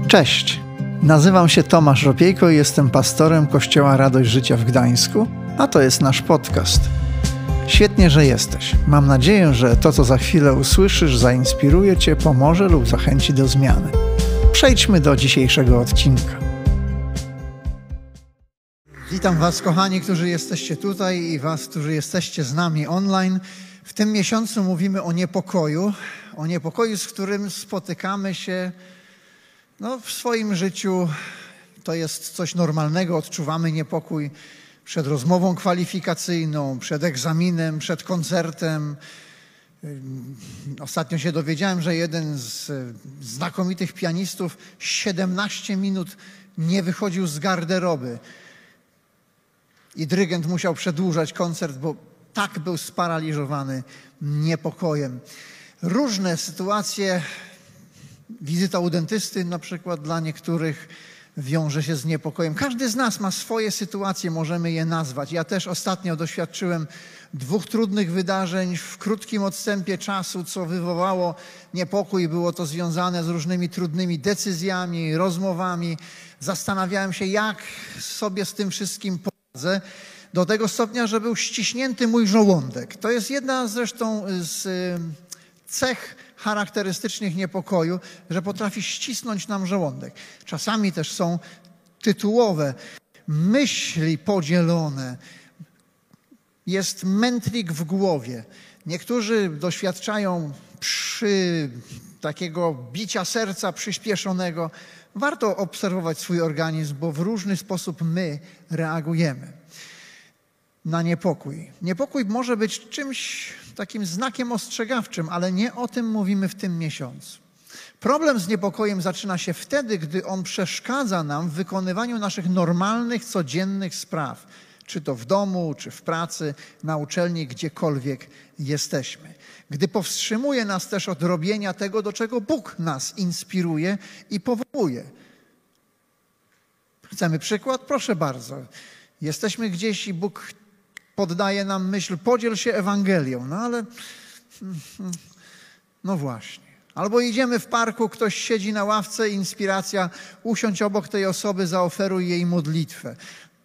Cześć, nazywam się Tomasz Ropiejko i jestem pastorem Kościoła Radość Życia w Gdańsku, a to jest nasz podcast. Świetnie, że jesteś. Mam nadzieję, że to, co za chwilę usłyszysz, zainspiruje Cię, pomoże lub zachęci do zmiany. Przejdźmy do dzisiejszego odcinka. Witam Was, kochani, którzy jesteście tutaj i Was, którzy jesteście z nami online. W tym miesiącu mówimy o niepokoju, z którym spotykamy się w swoim życiu. To jest coś normalnego, odczuwamy niepokój przed rozmową kwalifikacyjną, przed egzaminem, przed koncertem. Ostatnio się dowiedziałem, że jeden z znakomitych pianistów 17 minut nie wychodził z garderoby i dyrygent musiał przedłużać koncert, bo tak był sparaliżowany niepokojem. Różne sytuacje, wizyta u dentysty na przykład dla niektórych wiąże się z niepokojem. Każdy z nas ma swoje sytuacje, możemy je nazwać. Ja też ostatnio doświadczyłem 2 trudnych wydarzeń w krótkim odstępie czasu, co wywołało niepokój. Było to związane z różnymi trudnymi decyzjami, rozmowami. Zastanawiałem się, jak sobie z tym wszystkim poradzę, do tego stopnia, że był ściśnięty mój żołądek. To jest jedna zresztą z cech charakterystycznych niepokoju, że potrafi ścisnąć nam żołądek. Czasami też są tytułowe, myśli podzielone, jest mętlik w głowie. Niektórzy doświadczają takiego bicia serca przyspieszonego. Warto obserwować swój organizm, bo w różny sposób my reagujemy na niepokój. Niepokój może być czymś takim znakiem ostrzegawczym, ale nie o tym mówimy w tym miesiącu. Problem z niepokojem zaczyna się wtedy, gdy on przeszkadza nam w wykonywaniu naszych normalnych, codziennych spraw. Czy to w domu, czy w pracy, na uczelni, gdziekolwiek jesteśmy. Gdy powstrzymuje nas też od robienia tego, do czego Bóg nas inspiruje i powołuje. Chcemy przykład? Proszę bardzo. Jesteśmy gdzieś i Bóg poddaje nam myśl, podziel się Ewangelią. No właśnie. Albo idziemy w parku, ktoś siedzi na ławce, inspiracja, usiądź obok tej osoby, zaoferuj jej modlitwę.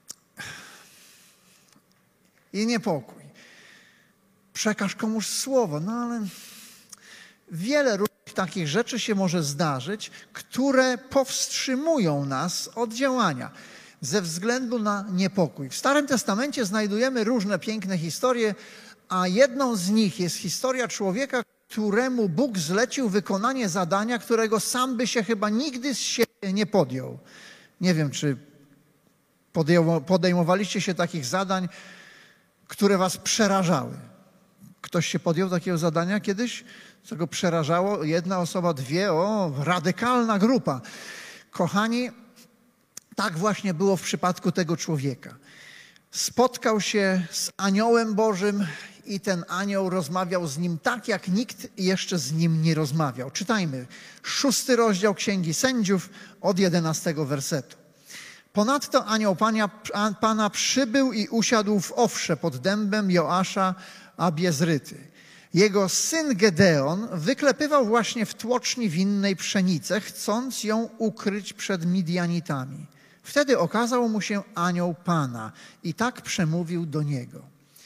I niepokój. Przekaż komuś słowo. Ale wiele różnych takich rzeczy się może zdarzyć, które powstrzymują nas od działania ze względu na niepokój. W Starym Testamencie znajdujemy różne piękne historie, a jedną z nich jest historia człowieka, któremu Bóg zlecił wykonanie zadania, którego sam by się chyba nigdy z siebie nie podjął. Nie wiem, czy podejmowaliście się takich zadań, które was przerażały. Ktoś się podjął takiego zadania kiedyś, co go przerażało? 1 osoba, 2, radykalna grupa. Kochani, tak właśnie było w przypadku tego człowieka. Spotkał się z aniołem Bożym i ten anioł rozmawiał z nim tak, jak nikt jeszcze z nim nie rozmawiał. Czytajmy 6 rozdział Księgi Sędziów od 11 wersetu. Ponadto anioł Pana przybył i usiadł w Ofrze pod dębem Joasza Abiezryty. Jego syn Gedeon wyklepywał właśnie w tłoczni winnej pszenicę, chcąc ją ukryć przed Midianitami. Wtedy okazał mu się anioł Pana i tak przemówił do niego.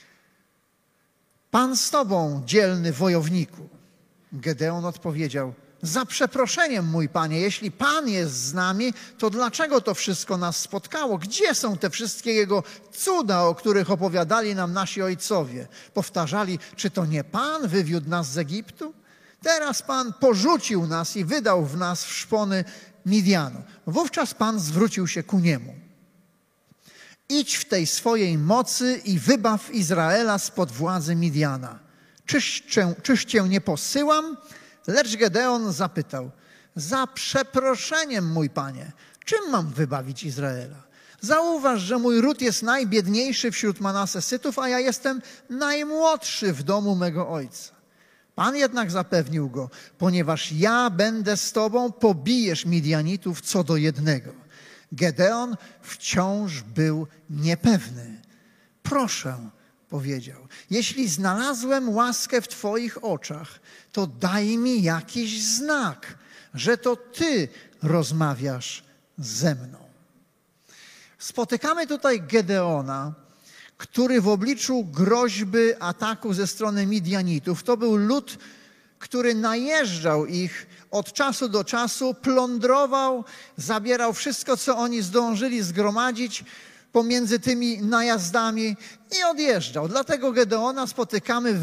Pan z tobą, dzielny wojowniku. Gedeon odpowiedział, za przeproszeniem, mój panie, jeśli Pan jest z nami, to dlaczego to wszystko nas spotkało? Gdzie są te wszystkie Jego cuda, o których opowiadali nam nasi ojcowie? Powtarzali, czy to nie Pan wywiódł nas z Egiptu? Teraz Pan porzucił nas i wydał w nas w szpony Midianu. Wówczas Pan zwrócił się ku niemu. Idź w tej swojej mocy i wybaw Izraela spod władzy Midiana. Czyż cię nie posyłam? Lecz Gedeon zapytał, za przeproszeniem, mój panie, czym mam wybawić Izraela? Zauważ, że mój ród jest najbiedniejszy wśród Manasesytów, a ja jestem najmłodszy w domu mego ojca. Pan jednak zapewnił go, ponieważ ja będę z tobą, pobijesz Midianitów co do jednego. Gedeon wciąż był niepewny. Proszę, powiedział, jeśli znalazłem łaskę w Twoich oczach, to daj mi jakiś znak. że to Ty rozmawiasz ze mną. Spotykamy tutaj Gedeona, który w obliczu groźby ataku ze strony Midianitów, to był lud, który najeżdżał ich od czasu do czasu, plądrował, zabierał wszystko, co oni zdążyli zgromadzić pomiędzy tymi najazdami i odjeżdżał. Dlatego Gedeona spotykamy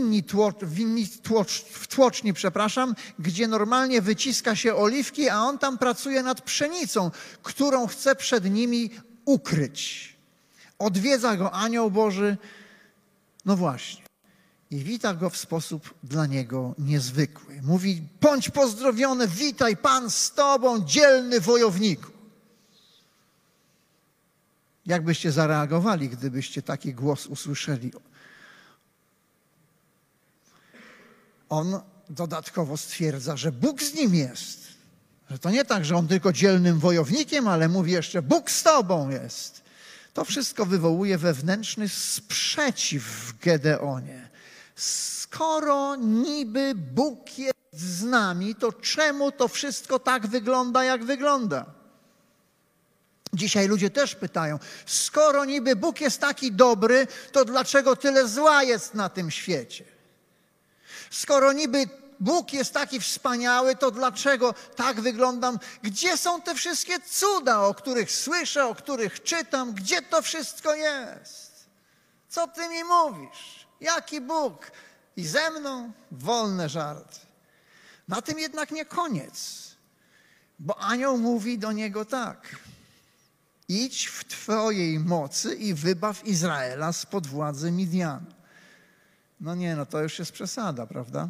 w tłoczni, gdzie normalnie wyciska się oliwki, a on tam pracuje nad pszenicą, którą chce przed nimi ukryć. Odwiedza go anioł Boży, no właśnie, i wita go w sposób dla niego niezwykły. Mówi: bądź pozdrowiony, witaj, Pan z tobą, dzielny wojowniku. Jak byście zareagowali, gdybyście taki głos usłyszeli? On dodatkowo stwierdza, że Bóg z nim jest. Że to nie tak, że on tylko dzielnym wojownikiem, ale mówi jeszcze: Bóg z tobą jest. To wszystko wywołuje wewnętrzny sprzeciw w Gedeonie. Skoro niby Bóg jest z nami, to czemu to wszystko tak wygląda, jak wygląda? Dzisiaj ludzie też pytają: skoro niby Bóg jest taki dobry, to dlaczego tyle zła jest na tym świecie? Skoro niby Bóg jest taki wspaniały, to dlaczego tak wyglądam? Gdzie są te wszystkie cuda, o których słyszę, o których czytam? Gdzie to wszystko jest? Co ty mi mówisz? Jaki Bóg? I ze mną wolne żarty. Na tym jednak nie koniec, bo anioł mówi do niego tak: idź w Twojej mocy i wybaw Izraela spod władzy Midian. No to już jest przesada, prawda?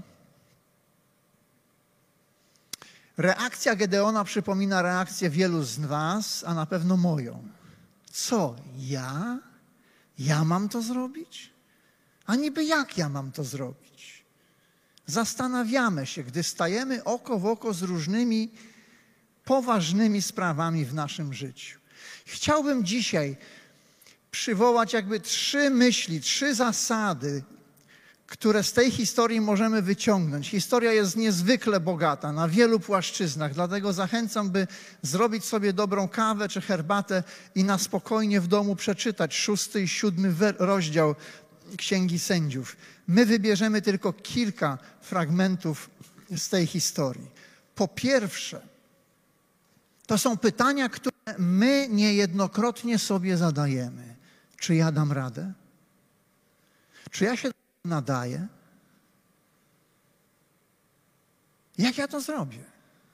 Reakcja Gedeona przypomina reakcję wielu z was, a na pewno moją. Co, ja? Ja mam to zrobić? A niby jak ja mam to zrobić? Zastanawiamy się, gdy stajemy oko w oko z różnymi poważnymi sprawami w naszym życiu. Chciałbym dzisiaj przywołać jakby 3 myśli, 3 zasady, które z tej historii możemy wyciągnąć. Historia jest niezwykle bogata na wielu płaszczyznach, dlatego zachęcam, by zrobić sobie dobrą kawę czy herbatę i na spokojnie w domu przeczytać 6. i 7. rozdział Księgi Sędziów. My wybierzemy tylko kilka fragmentów z tej historii. Po pierwsze, to są pytania, które my niejednokrotnie sobie zadajemy. Czy ja dam radę? Czy ja się nadaję? Jak ja to zrobię?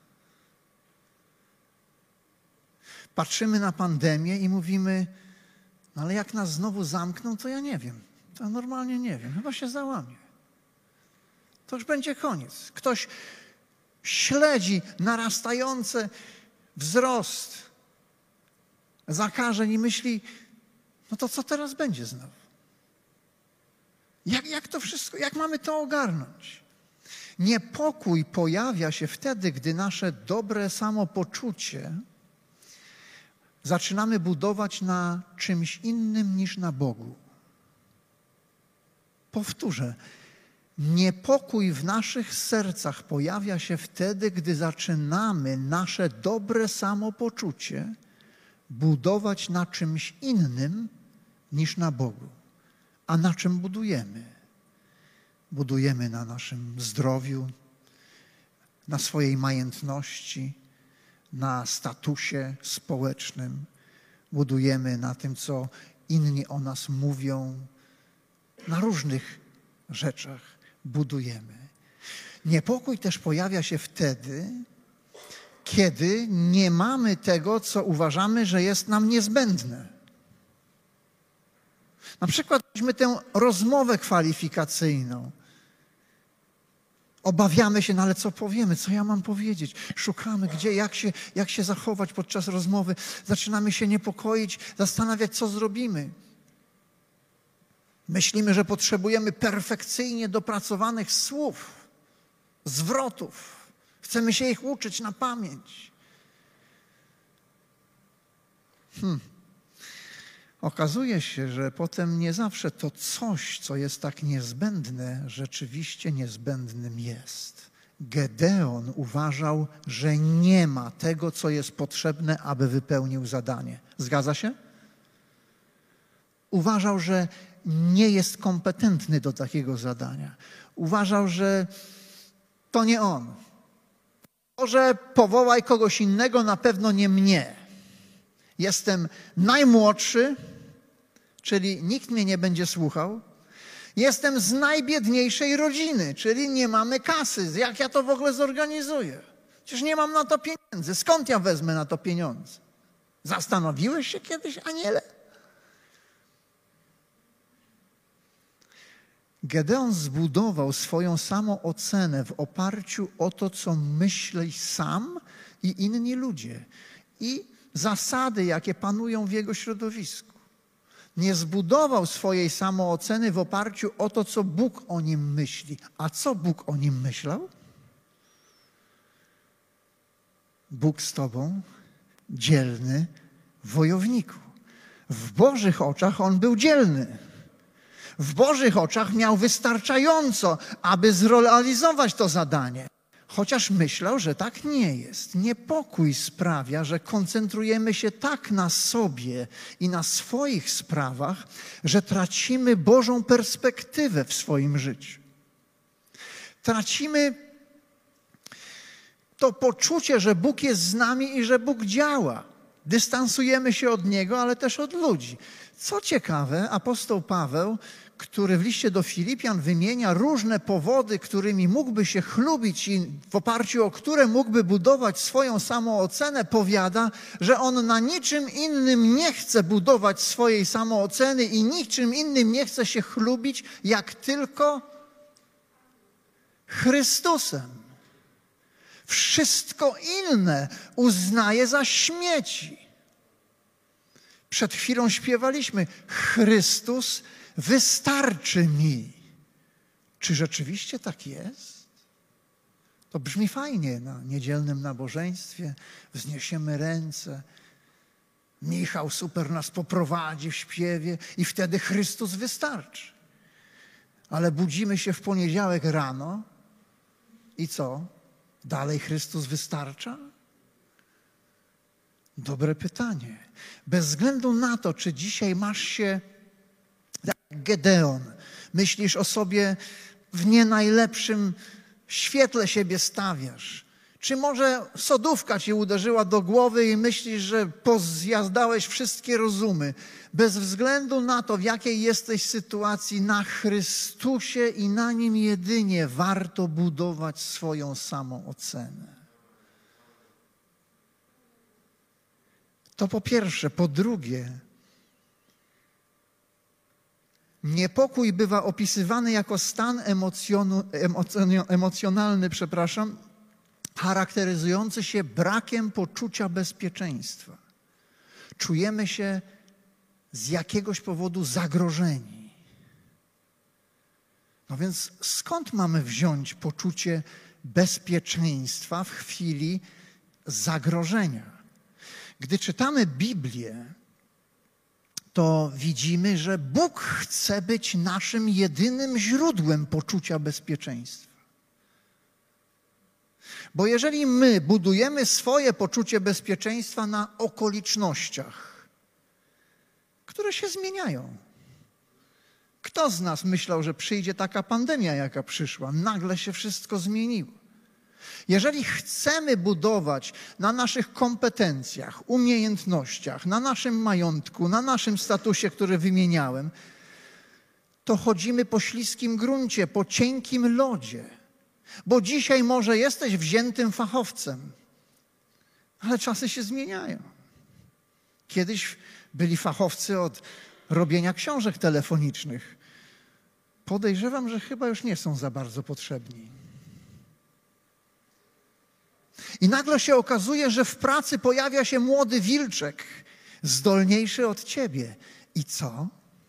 Patrzymy na pandemię i mówimy: no ale jak nas znowu zamkną, to ja nie wiem. To normalnie nie wiem. Chyba się załamie. To już będzie koniec. Ktoś śledzi narastający wzrost zakażeń i myśli: no to co teraz będzie znowu? Jak to wszystko, jak mamy to ogarnąć? Niepokój pojawia się wtedy, gdy nasze dobre samopoczucie zaczynamy budować na czymś innym niż na Bogu. Powtórzę. Niepokój w naszych sercach pojawia się wtedy, gdy zaczynamy nasze dobre samopoczucie budować na czymś innym niż na Bogu. A na czym budujemy? Budujemy na naszym zdrowiu, na swojej majętności, na statusie społecznym. Budujemy na tym, co inni o nas mówią. Na różnych rzeczach budujemy. Niepokój też pojawia się wtedy, kiedy nie mamy tego, co uważamy, że jest nam niezbędne. Na przykład weźmy tę rozmowę kwalifikacyjną. Obawiamy się, no ale co powiemy, co ja mam powiedzieć? Szukamy, gdzie, jak się zachować podczas rozmowy. Zaczynamy się niepokoić, zastanawiać, co zrobimy. Myślimy, że potrzebujemy perfekcyjnie dopracowanych słów, zwrotów. Chcemy się ich uczyć na pamięć. Okazuje się, że potem nie zawsze to coś, co jest tak niezbędne, rzeczywiście niezbędnym jest. Gedeon uważał, że nie ma tego, co jest potrzebne, aby wypełnił zadanie. Zgadza się? Uważał, że nie jest kompetentny do takiego zadania. Uważał, że to nie on. Może powołaj kogoś innego, na pewno nie mnie. Jestem najmłodszy, czyli nikt mnie nie będzie słuchał. Jestem z najbiedniejszej rodziny, czyli nie mamy kasy. Jak ja to w ogóle zorganizuję? Przecież nie mam na to pieniędzy. Skąd ja wezmę na to pieniądze? Zastanowiłeś się kiedyś, aniele? Gedeon zbudował swoją samoocenę w oparciu o to, co myśli sam i inni ludzie i zasady, jakie panują w jego środowisku. Nie zbudował swojej samooceny w oparciu o to, co Bóg o nim myśli. A co Bóg o nim myślał? Bóg z tobą, dzielny wojowniku. W Bożych oczach on był dzielny. W Bożych oczach miał wystarczająco, aby zrealizować to zadanie. Chociaż myślał, że tak nie jest. Niepokój sprawia, że koncentrujemy się tak na sobie i na swoich sprawach, że tracimy Bożą perspektywę w swoim życiu. Tracimy to poczucie, że Bóg jest z nami i że Bóg działa. Dystansujemy się od Niego, ale też od ludzi. Co ciekawe, apostoł Paweł, który w liście do Filipian wymienia różne powody, którymi mógłby się chlubić i w oparciu o które mógłby budować swoją samoocenę, powiada, że on na niczym innym nie chce budować swojej samooceny i niczym innym nie chce się chlubić, jak tylko Chrystusem. Wszystko inne uznaje za śmieci. Przed chwilą śpiewaliśmy: Chrystus wystarczy mi. Czy rzeczywiście tak jest? To brzmi fajnie na niedzielnym nabożeństwie. Wzniesiemy ręce. Michał super nas poprowadzi w śpiewie i wtedy Chrystus wystarczy. Ale budzimy się w poniedziałek rano i co? Dalej Chrystus wystarcza? Dobre pytanie. Bez względu na to, czy dzisiaj masz się jak Gedeon, myślisz o sobie w nie najlepszym świetle siebie stawiasz, czy może sodówka ci uderzyła do głowy i myślisz, że pozjazdałeś wszystkie rozumy. Bez względu na to, w jakiej jesteś sytuacji, na Chrystusie i na Nim jedynie warto budować swoją samoocenę. To po pierwsze. Po drugie, niepokój bywa opisywany jako stan emocjonalny, charakteryzujący się brakiem poczucia bezpieczeństwa. Czujemy się z jakiegoś powodu zagrożeni. No więc skąd mamy wziąć poczucie bezpieczeństwa w chwili zagrożenia? Gdy czytamy Biblię, to widzimy, że Bóg chce być naszym jedynym źródłem poczucia bezpieczeństwa. Bo jeżeli my budujemy swoje poczucie bezpieczeństwa na okolicznościach, które się zmieniają. Kto z nas myślał, że przyjdzie taka pandemia, jaka przyszła? Nagle się wszystko zmieniło. Jeżeli chcemy budować na naszych kompetencjach, umiejętnościach, na naszym majątku, na naszym statusie, który wymieniałem, to chodzimy po śliskim gruncie, po cienkim lodzie. Bo dzisiaj może jesteś wziętym fachowcem, ale czasy się zmieniają. Kiedyś byli fachowcy od robienia książek telefonicznych. Podejrzewam, że chyba już nie są za bardzo potrzebni. I nagle się okazuje, że w pracy pojawia się młody wilczek, zdolniejszy od ciebie. I co?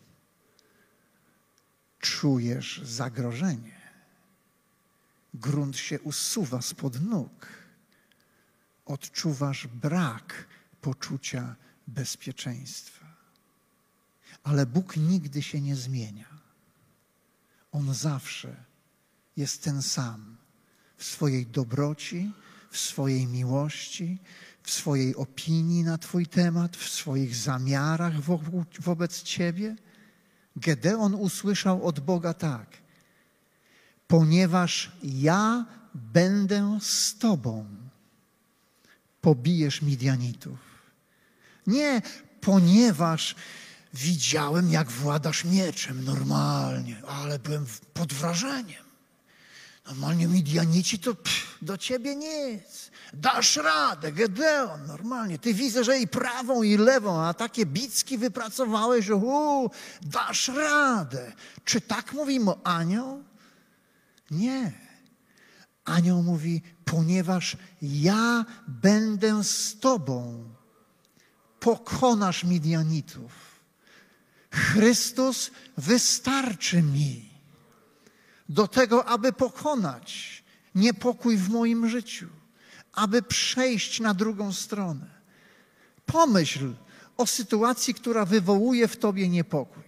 Czujesz zagrożenie. Grunt się usuwa spod nóg. Odczuwasz brak poczucia bezpieczeństwa. Ale Bóg nigdy się nie zmienia. On zawsze jest ten sam w swojej dobroci, w swojej miłości, w swojej opinii na Twój temat, w swoich zamiarach wobec Ciebie? Gedeon usłyszał od Boga tak: ponieważ ja będę z Tobą, pobijesz Midianitów. Nie ponieważ widziałem, jak władasz mieczem normalnie, ale byłem pod wrażeniem. Normalnie Midianici to do Ciebie nic. Dasz radę, Gedeon, normalnie. Ty widzę, że i prawą, i lewą, a takie bicki wypracowałeś, że dasz radę. Czy tak mówi mu anioł? Nie. Anioł mówi, ponieważ ja będę z Tobą, pokonasz Midianitów. Chrystus wystarczy mi do tego, aby pokonać niepokój w moim życiu, aby przejść na drugą stronę. Pomyśl o sytuacji, która wywołuje w tobie niepokój.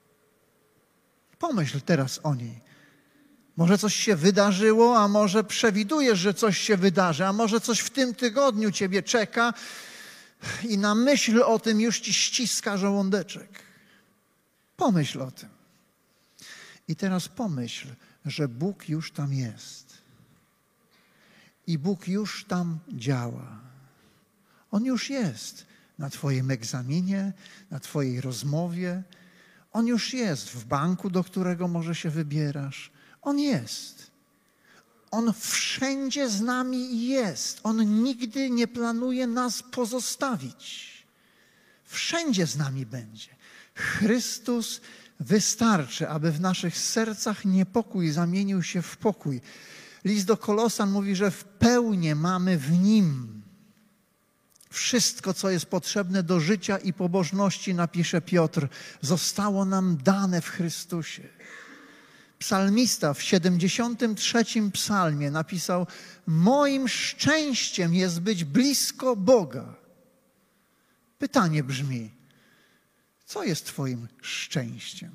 Pomyśl teraz o niej. Może coś się wydarzyło, a może przewidujesz, że coś się wydarzy, a może coś w tym tygodniu ciebie czeka i na myśl o tym już ci ściska żołądeczek. Pomyśl o tym. I teraz pomyśl, że Bóg już tam jest. I Bóg już tam działa. On już jest na Twoim egzaminie, na Twojej rozmowie. On już jest w banku, do którego może się wybierasz. On jest. On wszędzie z nami jest. On nigdy nie planuje nas pozostawić. Wszędzie z nami będzie. Chrystus wystarczy, aby w naszych sercach niepokój zamienił się w pokój. List do Kolosan mówi, że w pełni mamy w Nim wszystko, co jest potrzebne do życia i pobożności, napisze Piotr, zostało nam dane w Chrystusie. Psalmista w 73. psalmie napisał: moim szczęściem jest być blisko Boga. Pytanie brzmi: co jest Twoim szczęściem?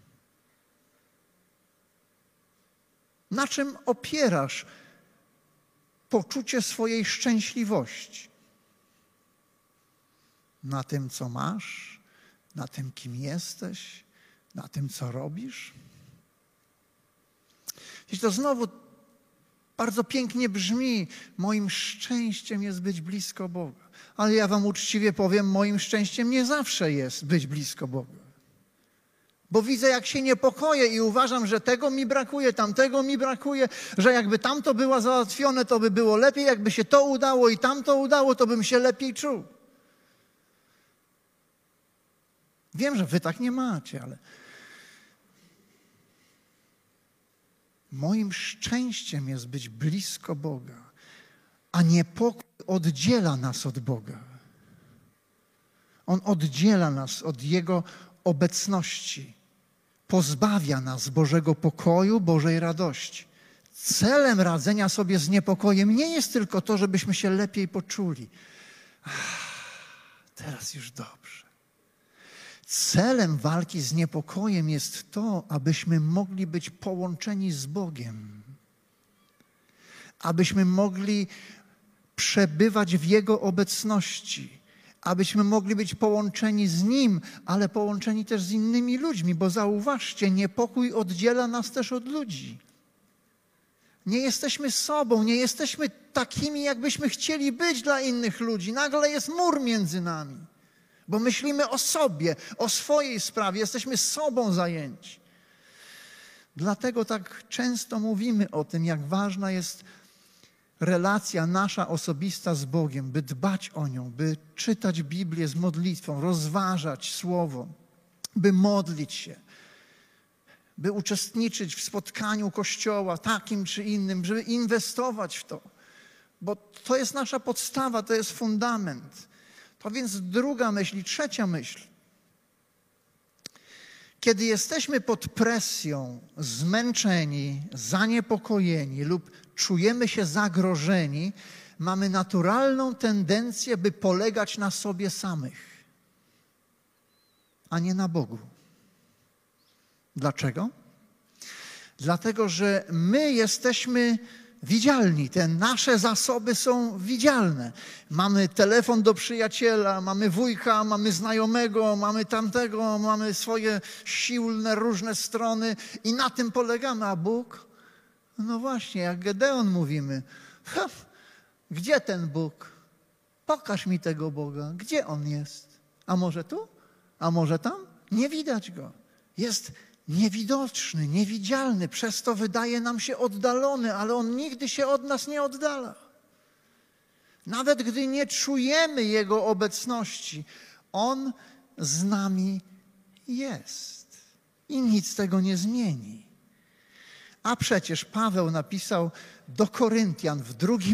Na czym opierasz poczucie swojej szczęśliwości? Na tym, co masz? Na tym, kim jesteś? Na tym, co robisz? I to znowu bardzo pięknie brzmi. Moim szczęściem jest być blisko Boga. Ale ja wam uczciwie powiem, moim szczęściem nie zawsze jest być blisko Boga. Bo widzę, jak się niepokoję i uważam, że tego mi brakuje, tamtego mi brakuje, że jakby tamto było załatwione, to by było lepiej, jakby się to udało i tamto udało, to bym się lepiej czuł. Wiem, że wy tak nie macie, ale moim szczęściem jest być blisko Boga, a niepokój oddziela nas od Boga. On oddziela nas od Jego obecności. Pozbawia nas Bożego pokoju, Bożej radości. Celem radzenia sobie z niepokojem nie jest tylko to, żebyśmy się lepiej poczuli. Teraz już dobrze. Celem walki z niepokojem jest to, abyśmy mogli być połączeni z Bogiem. Abyśmy mogli przebywać w Jego obecności. Abyśmy mogli być połączeni z Nim, ale połączeni też z innymi ludźmi, bo zauważcie, niepokój oddziela nas też od ludzi. Nie jesteśmy sobą, nie jesteśmy takimi, jakbyśmy chcieli być dla innych ludzi. Nagle jest mur między nami, bo myślimy o sobie, o swojej sprawie, jesteśmy sobą zajęci. Dlatego tak często mówimy o tym, jak ważna jest relacja nasza osobista z Bogiem, by dbać o nią, by czytać Biblię z modlitwą, rozważać Słowo, by modlić się, by uczestniczyć w spotkaniu Kościoła takim czy innym, żeby inwestować w to, bo to jest nasza podstawa, to jest fundament. To więc druga myśl i trzecia myśl. Kiedy jesteśmy pod presją, zmęczeni, zaniepokojeni lub czujemy się zagrożeni, mamy naturalną tendencję, by polegać na sobie samych, a nie na Bogu. Dlaczego? Dlatego, że my jesteśmy widzialni. Te nasze zasoby są widzialne. Mamy telefon do przyjaciela, mamy wujka, mamy znajomego, mamy tamtego, mamy swoje silne, różne strony i na tym polegamy. A Bóg? No właśnie, jak Gedeon mówimy. Gdzie ten Bóg? Pokaż mi tego Boga. Gdzie On jest? A może tu? A może tam? Nie widać Go. Jest niewidoczny, niewidzialny, przez to wydaje nam się oddalony, ale On nigdy się od nas nie oddala. Nawet gdy nie czujemy Jego obecności, On z nami jest i nic tego nie zmieni. A przecież Paweł napisał do Koryntian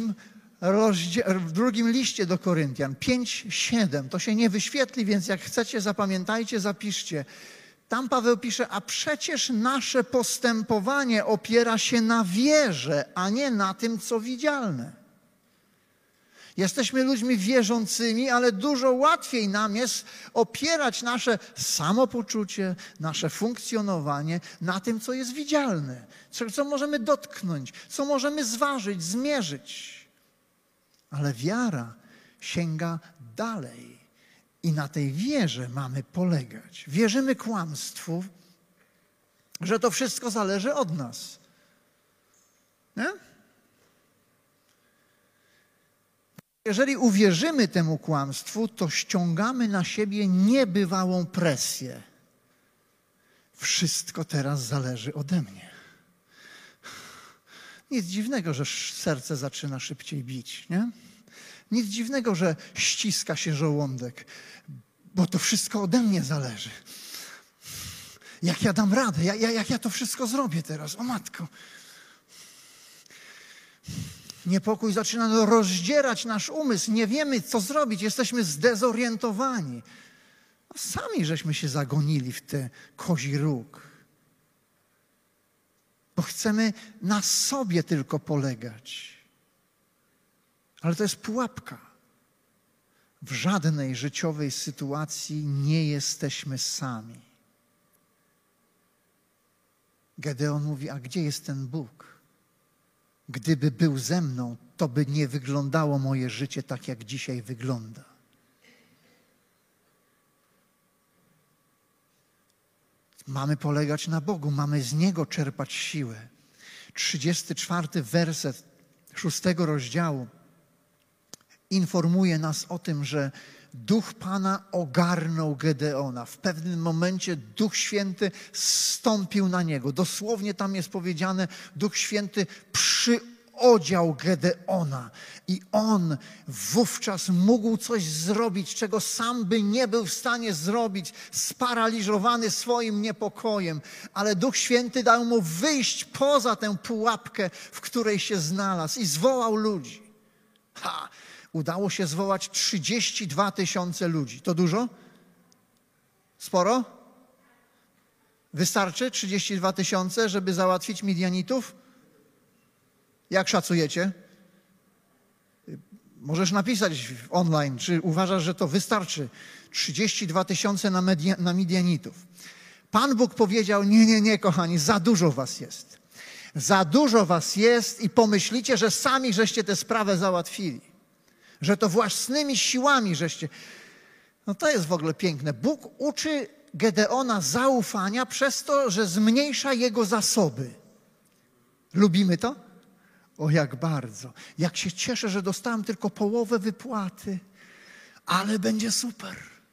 w drugim liście do Koryntian 5:7. To się nie wyświetli, więc jak chcecie, zapamiętajcie, zapiszcie. Tam Paweł pisze, a przecież nasze postępowanie opiera się na wierze, a nie na tym, co widzialne. Jesteśmy ludźmi wierzącymi, ale dużo łatwiej nam jest opierać nasze samopoczucie, nasze funkcjonowanie na tym, co jest widzialne, co możemy dotknąć, co możemy zważyć, zmierzyć. Ale wiara sięga dalej. I na tej wierze mamy polegać. Wierzymy kłamstwu, że to wszystko zależy od nas. Nie? Jeżeli uwierzymy temu kłamstwu, to ściągamy na siebie niebywałą presję. Wszystko teraz zależy ode mnie. Nic dziwnego, że serce zaczyna szybciej bić, nie? Nic dziwnego, że ściska się żołądek, bo to wszystko ode mnie zależy. Jak ja dam radę, jak ja to wszystko zrobię teraz, o matko. Niepokój zaczyna rozdzierać nasz umysł, nie wiemy, co zrobić, jesteśmy zdezorientowani. A sami żeśmy się zagonili w te kozi róg. Bo chcemy na sobie tylko polegać. Ale to jest pułapka. W żadnej życiowej sytuacji nie jesteśmy sami. Gedeon mówi, a gdzie jest ten Bóg? Gdyby był ze mną, to by nie wyglądało moje życie tak, jak dzisiaj wygląda. Mamy polegać na Bogu, mamy z Niego czerpać siłę. 34 werset 6 rozdziału informuje nas o tym, że Duch Pana ogarnął Gedeona. W pewnym momencie Duch Święty zstąpił na niego. Dosłownie tam jest powiedziane, Duch Święty przyodział Gedeona i on wówczas mógł coś zrobić, czego sam by nie był w stanie zrobić, sparaliżowany swoim niepokojem. Ale Duch Święty dał mu wyjść poza tę pułapkę, w której się znalazł i zwołał ludzi. Udało się zwołać 32 000 ludzi. To dużo? Sporo? Wystarczy 32 000, żeby załatwić Midianitów? Jak szacujecie? Możesz napisać online, czy uważasz, że to wystarczy. 32 000 na Midianitów. Pan Bóg powiedział, nie, kochani, za dużo was jest. Za dużo was jest i pomyślicie, że sami żeście tę sprawę załatwili. Że to własnymi siłami żeście... No to jest w ogóle piękne. Bóg uczy Gedeona zaufania przez to, że zmniejsza jego zasoby. Lubimy to? O, jak bardzo. Jak się cieszę, że dostałem tylko połowę wypłaty. Ale będzie super.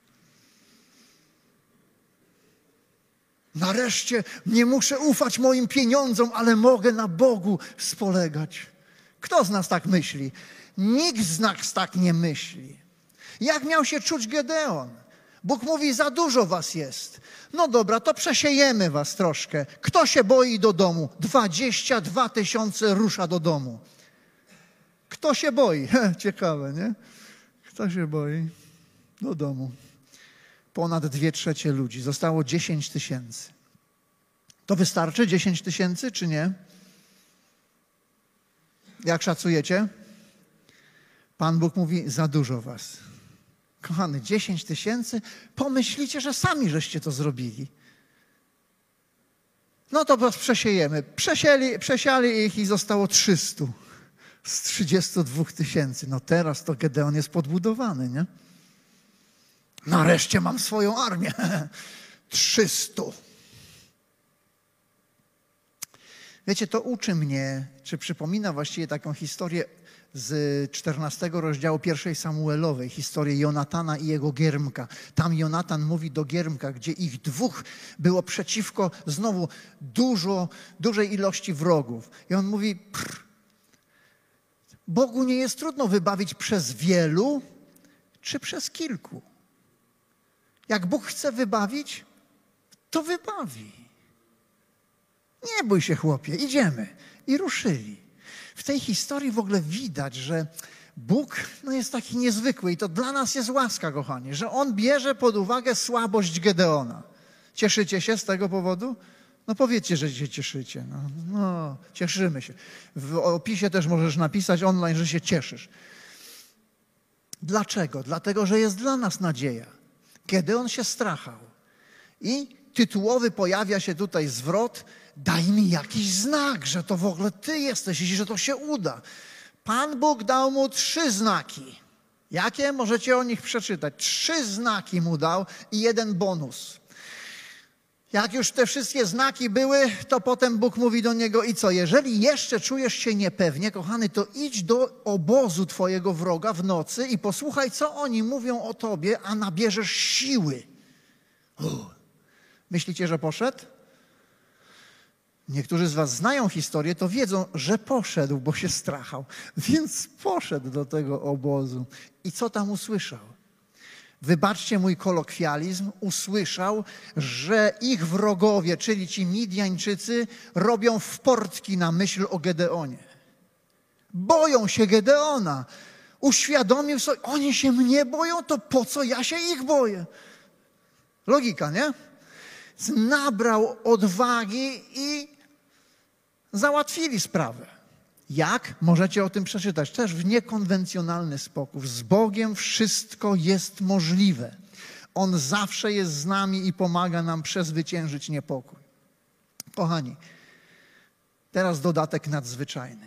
Nareszcie nie muszę ufać moim pieniądzom, ale mogę na Bogu spolegać. Kto z nas tak myśli? Nikt z nas tak nie myśli. Jak miał się czuć Gedeon? Bóg mówi, za dużo was jest. No dobra, to przesiejemy was troszkę. Kto się boi do domu? 22 000 rusza do domu. Kto się boi? Ciekawe, nie? Kto się boi? Do domu. Ponad 2/3 ludzi. Zostało 10 000. To wystarczy 10 000, czy nie? Jak szacujecie? Pan Bóg mówi, za dużo was. Kochany, 10 000, pomyślicie, że sami żeście to zrobili. no to przesiejemy. Przesiali ich i zostało 300 z 32 000. No teraz to Gedeon jest podbudowany, nie? Nareszcie mam swoją armię. 300. Wiecie, to uczy mnie, czy przypomina właściwie taką historię z 14 rozdziału 1 Samuelowej, historię Jonatana i jego Giermka. Tam Jonatan mówi do Giermka, gdzie ich dwóch było przeciwko znowu dużej ilości wrogów. I on mówi, Bogu nie jest trudno wybawić przez wielu, czy przez kilku. Jak Bóg chce wybawić, to wybawi. Nie bój się, chłopie, idziemy. I ruszyli. W tej historii w ogóle widać, że Bóg jest taki niezwykły i to dla nas jest łaska, kochani, że On bierze pod uwagę słabość Gedeona. Cieszycie się z tego powodu? No powiedzcie, że się cieszycie. No, cieszymy się. W opisie też możesz napisać online, że się cieszysz. Dlaczego? Dlatego, że jest dla nas nadzieja. Gedeon się strachał. I tytułowy pojawia się tutaj zwrot: daj mi jakiś znak, że to w ogóle Ty jesteś i że to się uda. Pan Bóg dał mu 3 znaki. Jakie? Możecie o nich przeczytać. 3 znaki mu dał i 1 bonus. Jak już te wszystkie znaki były, to potem Bóg mówi do niego: i co, jeżeli jeszcze czujesz się niepewnie, kochany, to idź do obozu twojego wroga w nocy i posłuchaj, co oni mówią o tobie, a nabierzesz siły. Myślicie, że poszedł? Niektórzy z was znają historię, to wiedzą, że poszedł, bo się strachał. Więc poszedł do tego obozu. I co tam usłyszał? Wybaczcie mój kolokwializm, usłyszał, że ich wrogowie, czyli ci Midjańczycy, robią wportki na myśl o Gedeonie. Boją się Gedeona. Uświadomił sobie, oni się mnie boją, to po co ja się ich boję? Logika, nie? Nabrał odwagi i załatwili sprawę. Jak? Możecie o tym przeczytać. Też w niekonwencjonalny sposób. Z Bogiem wszystko jest możliwe. On zawsze jest z nami i pomaga nam przezwyciężyć niepokój. Kochani, teraz dodatek nadzwyczajny.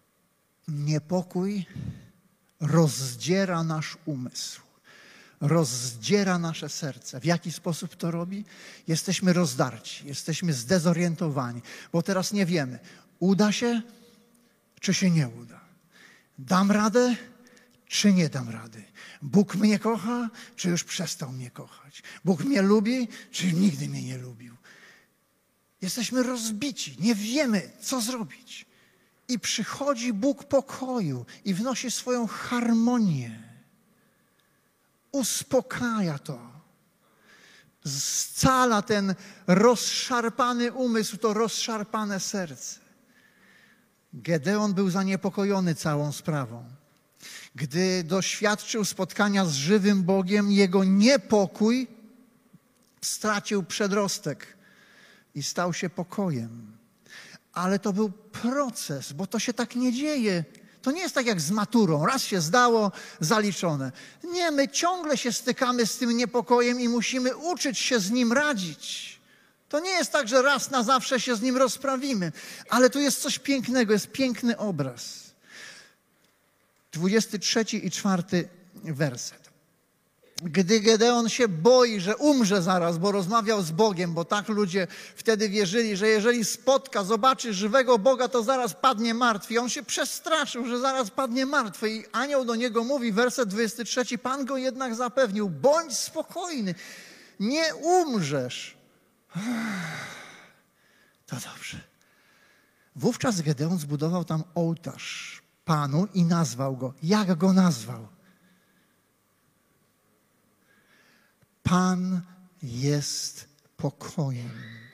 Niepokój rozdziera nasz umysł. Rozdziera nasze serce. W jaki sposób to robi? Jesteśmy rozdarci, jesteśmy zdezorientowani, bo teraz nie wiemy, uda się, czy się nie uda. Dam radę, czy nie dam rady. Bóg mnie kocha, czy już przestał mnie kochać. Bóg mnie lubi, czy nigdy mnie nie lubił. Jesteśmy rozbici, nie wiemy, co zrobić. I przychodzi Bóg pokoju i wnosi swoją harmonię. Uspokaja to. Scala ten rozszarpany umysł, to rozszarpane serce. Gedeon był zaniepokojony całą sprawą. Gdy doświadczył spotkania z żywym Bogiem, jego niepokój stracił przedrostek i stał się pokojem. Ale to był proces, bo to się tak nie dzieje. To nie jest tak jak z maturą. Raz się zdało, zaliczone. Nie, my ciągle się stykamy z tym niepokojem i musimy uczyć się z nim radzić. To nie jest tak, że raz na zawsze się z nim rozprawimy. Ale tu jest coś pięknego, jest piękny obraz. 23 i 4 werset. Gdy Gedeon się boi, że umrze zaraz, bo rozmawiał z Bogiem, bo tak ludzie wtedy wierzyli, że jeżeli spotka, zobaczy żywego Boga, to zaraz padnie martwy. I on się przestraszył, że zaraz padnie martwy. I anioł do niego mówi, werset 23, Pan go jednak zapewnił, bądź spokojny, nie umrzesz. To dobrze. Wówczas Gedeon zbudował tam ołtarz Panu i nazwał go. Jak go nazwał? Pan jest pokojem.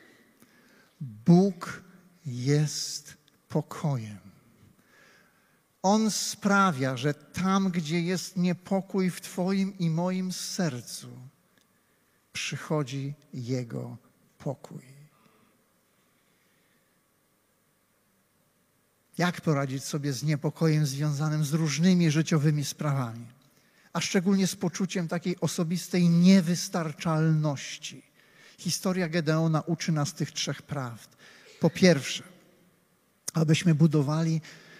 Bóg jest pokojem. On sprawia, że tam, gdzie jest niepokój w Twoim i moim sercu, przychodzi Jego pokój. Jak poradzić sobie z niepokojem związanym z różnymi życiowymi sprawami? A szczególnie z poczuciem takiej osobistej niewystarczalności. Historia Gedeona uczy nas tych 3 prawd. Po pierwsze, abyśmy budowali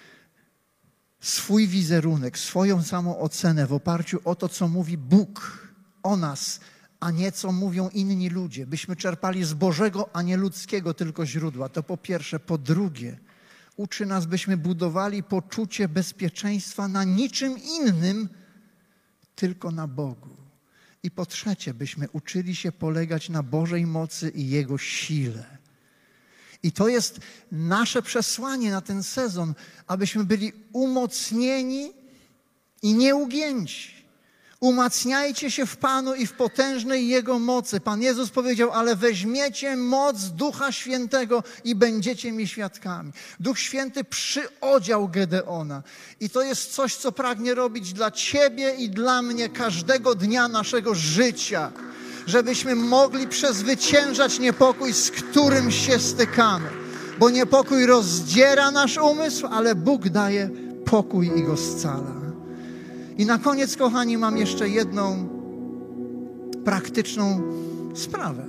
swój wizerunek, swoją samoocenę w oparciu o to, co mówi Bóg o nas, a nie co mówią inni ludzie. Byśmy czerpali z Bożego, a nie ludzkiego tylko źródła. To po pierwsze. Po drugie, uczy nas, byśmy budowali poczucie bezpieczeństwa na niczym innym, tylko na Bogu. I po trzecie, byśmy uczyli się polegać na Bożej mocy i Jego sile. I to jest nasze przesłanie na ten sezon, abyśmy byli umocnieni i nieugięci. Umacniajcie się w Panu i w potężnej Jego mocy. Pan Jezus powiedział, ale weźmiecie moc Ducha Świętego i będziecie mi świadkami. Duch Święty przyodział Gedeona. I to jest coś, co pragnie robić dla Ciebie i dla mnie każdego dnia naszego życia. Żebyśmy mogli przezwyciężać niepokój, z którym się stykamy. Bo niepokój rozdziera nasz umysł, ale Bóg daje pokój i go scala. I na koniec, kochani, mam jeszcze jedną praktyczną sprawę.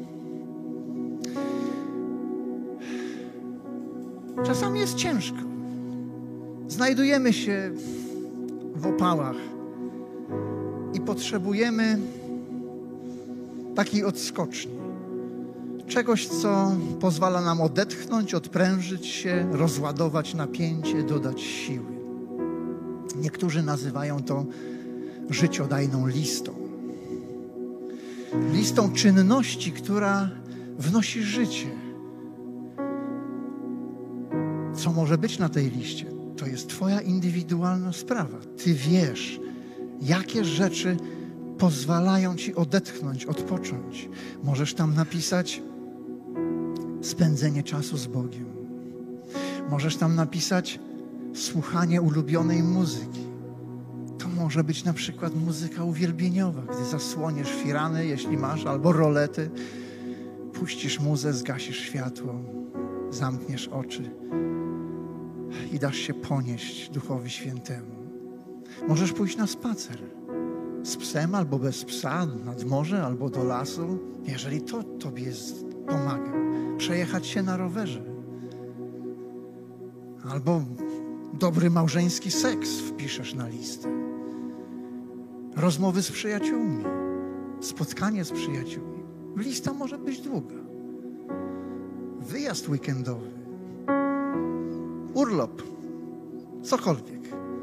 Czasami jest ciężko. Znajdujemy się w opałach i potrzebujemy takiej odskoczni. Czegoś, co pozwala nam odetchnąć, odprężyć się, rozładować napięcie, dodać siły. Niektórzy nazywają to życiodajną listą. Listą czynności, która wnosi życie. Co może być na tej liście? To jest Twoja indywidualna sprawa. Ty wiesz, jakie rzeczy pozwalają Ci odetchnąć, odpocząć. Możesz tam napisać spędzenie czasu z Bogiem. Możesz tam napisać słuchanie ulubionej muzyki. To może być na przykład muzyka uwielbieniowa, gdy zasłoniesz firany, jeśli masz, albo rolety, puścisz muzę, zgasisz światło, zamkniesz oczy i dasz się ponieść Duchowi Świętemu. Możesz pójść na spacer z psem albo bez psa, nad morze albo do lasu, jeżeli to Tobie pomaga. Przejechać się na rowerze. Albo dobry małżeński seks wpiszesz na listę. Rozmowy z przyjaciółmi. Spotkanie z przyjaciółmi. Lista może być długa. Wyjazd weekendowy. Urlop. Cokolwiek.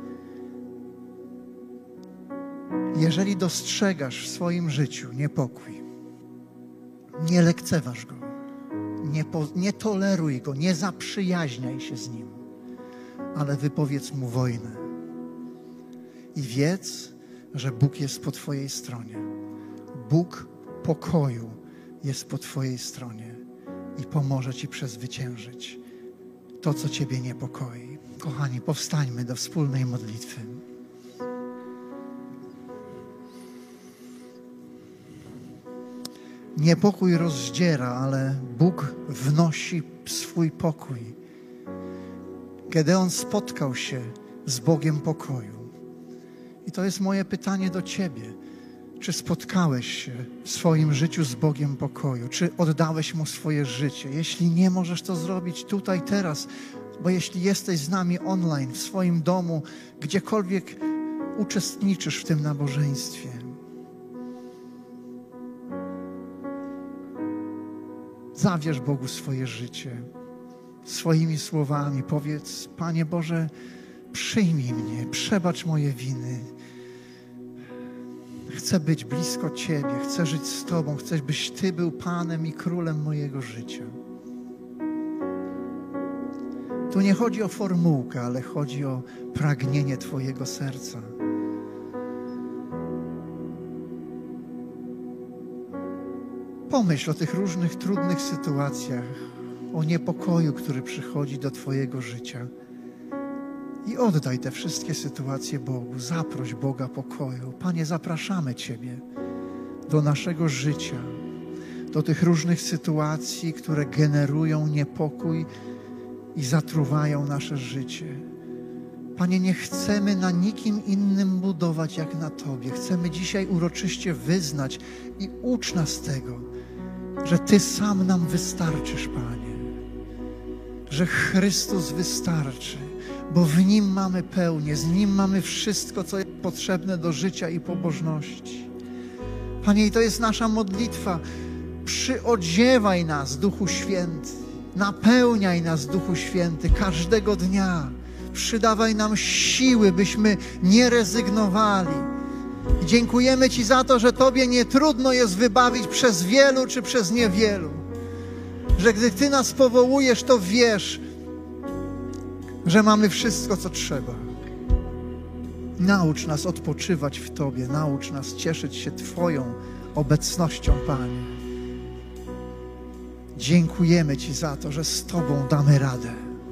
Jeżeli dostrzegasz w swoim życiu niepokój, nie lekceważ go. Nie toleruj go. Nie zaprzyjaźniaj się z nim. Ale wypowiedz mu wojnę. I wiedz, że Bóg jest po Twojej stronie. Bóg pokoju jest po Twojej stronie i pomoże Ci przezwyciężyć to, co Ciebie niepokoi. Kochani, powstańmy do wspólnej modlitwy. Niepokój rozdziera, ale Bóg wnosi swój pokój. Gedeon spotkał się z Bogiem pokoju. I to jest moje pytanie do Ciebie. Czy spotkałeś się w swoim życiu z Bogiem pokoju? Czy oddałeś Mu swoje życie? Jeśli nie, możesz to zrobić tutaj, teraz. Bo jeśli jesteś z nami online, w swoim domu, gdziekolwiek uczestniczysz w tym nabożeństwie, zawierz Bogu swoje życie. Swoimi słowami powiedz: Panie Boże, przyjmij mnie, przebacz moje winy. Chcę być blisko Ciebie, chcę żyć z Tobą, chcę, byś Ty był Panem i Królem mojego życia. Tu nie chodzi o formułkę, ale chodzi o pragnienie Twojego serca. Pomyśl o tych różnych trudnych sytuacjach, o niepokoju, który przychodzi do Twojego życia. I oddaj te wszystkie sytuacje Bogu. Zaproś Boga pokoju. Panie, zapraszamy Ciebie do naszego życia, do tych różnych sytuacji, które generują niepokój i zatruwają nasze życie. Panie, nie chcemy na nikim innym budować jak na Tobie. Chcemy dzisiaj uroczyście wyznać i ucz nas tego, że Ty sam nam wystarczysz, Panie. że Chrystus wystarczy, bo w Nim mamy pełnię, z Nim mamy wszystko, co jest potrzebne do życia i pobożności. Panie, i to jest nasza modlitwa. Przyodziewaj nas, Duchu Święty. Napełniaj nas, Duchu Święty, każdego dnia. Przydawaj nam siły, byśmy nie rezygnowali. I dziękujemy Ci za to, że Tobie nie trudno jest wybawić przez wielu czy przez niewielu. Że gdy Ty nas powołujesz, to wiesz, że mamy wszystko, co trzeba. Naucz nas odpoczywać w Tobie, naucz nas cieszyć się Twoją obecnością, Panie. Dziękujemy Ci za to, że z Tobą damy radę.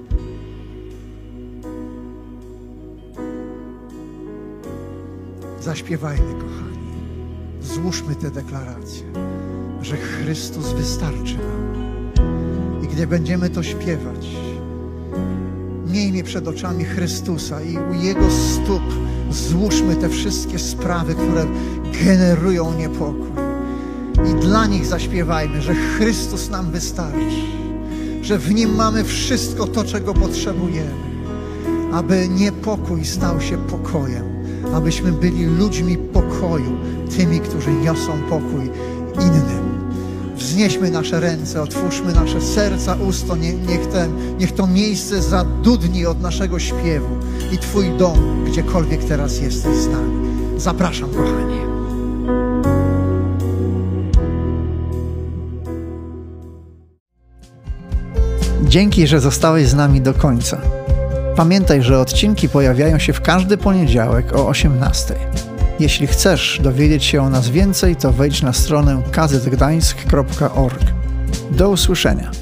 Zaśpiewajmy, kochani. Złóżmy te deklaracje, że Chrystus wystarczy nam. I gdy będziemy to śpiewać, miejmy przed oczami Chrystusa i u Jego stóp złóżmy te wszystkie sprawy, które generują niepokój. I dla nich zaśpiewajmy, że Chrystus nam wystarczy, że w Nim mamy wszystko to, czego potrzebujemy, aby niepokój stał się pokojem, abyśmy byli ludźmi pokoju, tymi, którzy niosą pokój innym. Wznieśmy nasze ręce, otwórzmy nasze serca, usta, niech to miejsce zadudni od naszego śpiewu i Twój dom, gdziekolwiek teraz jesteś z nami. Zapraszam, kochani. Dzięki, że zostałeś z nami do końca. Pamiętaj, że odcinki pojawiają się w każdy poniedziałek o 18:00. Jeśli chcesz dowiedzieć się o nas więcej, to wejdź na stronę kazetgdańsk.org. Do usłyszenia.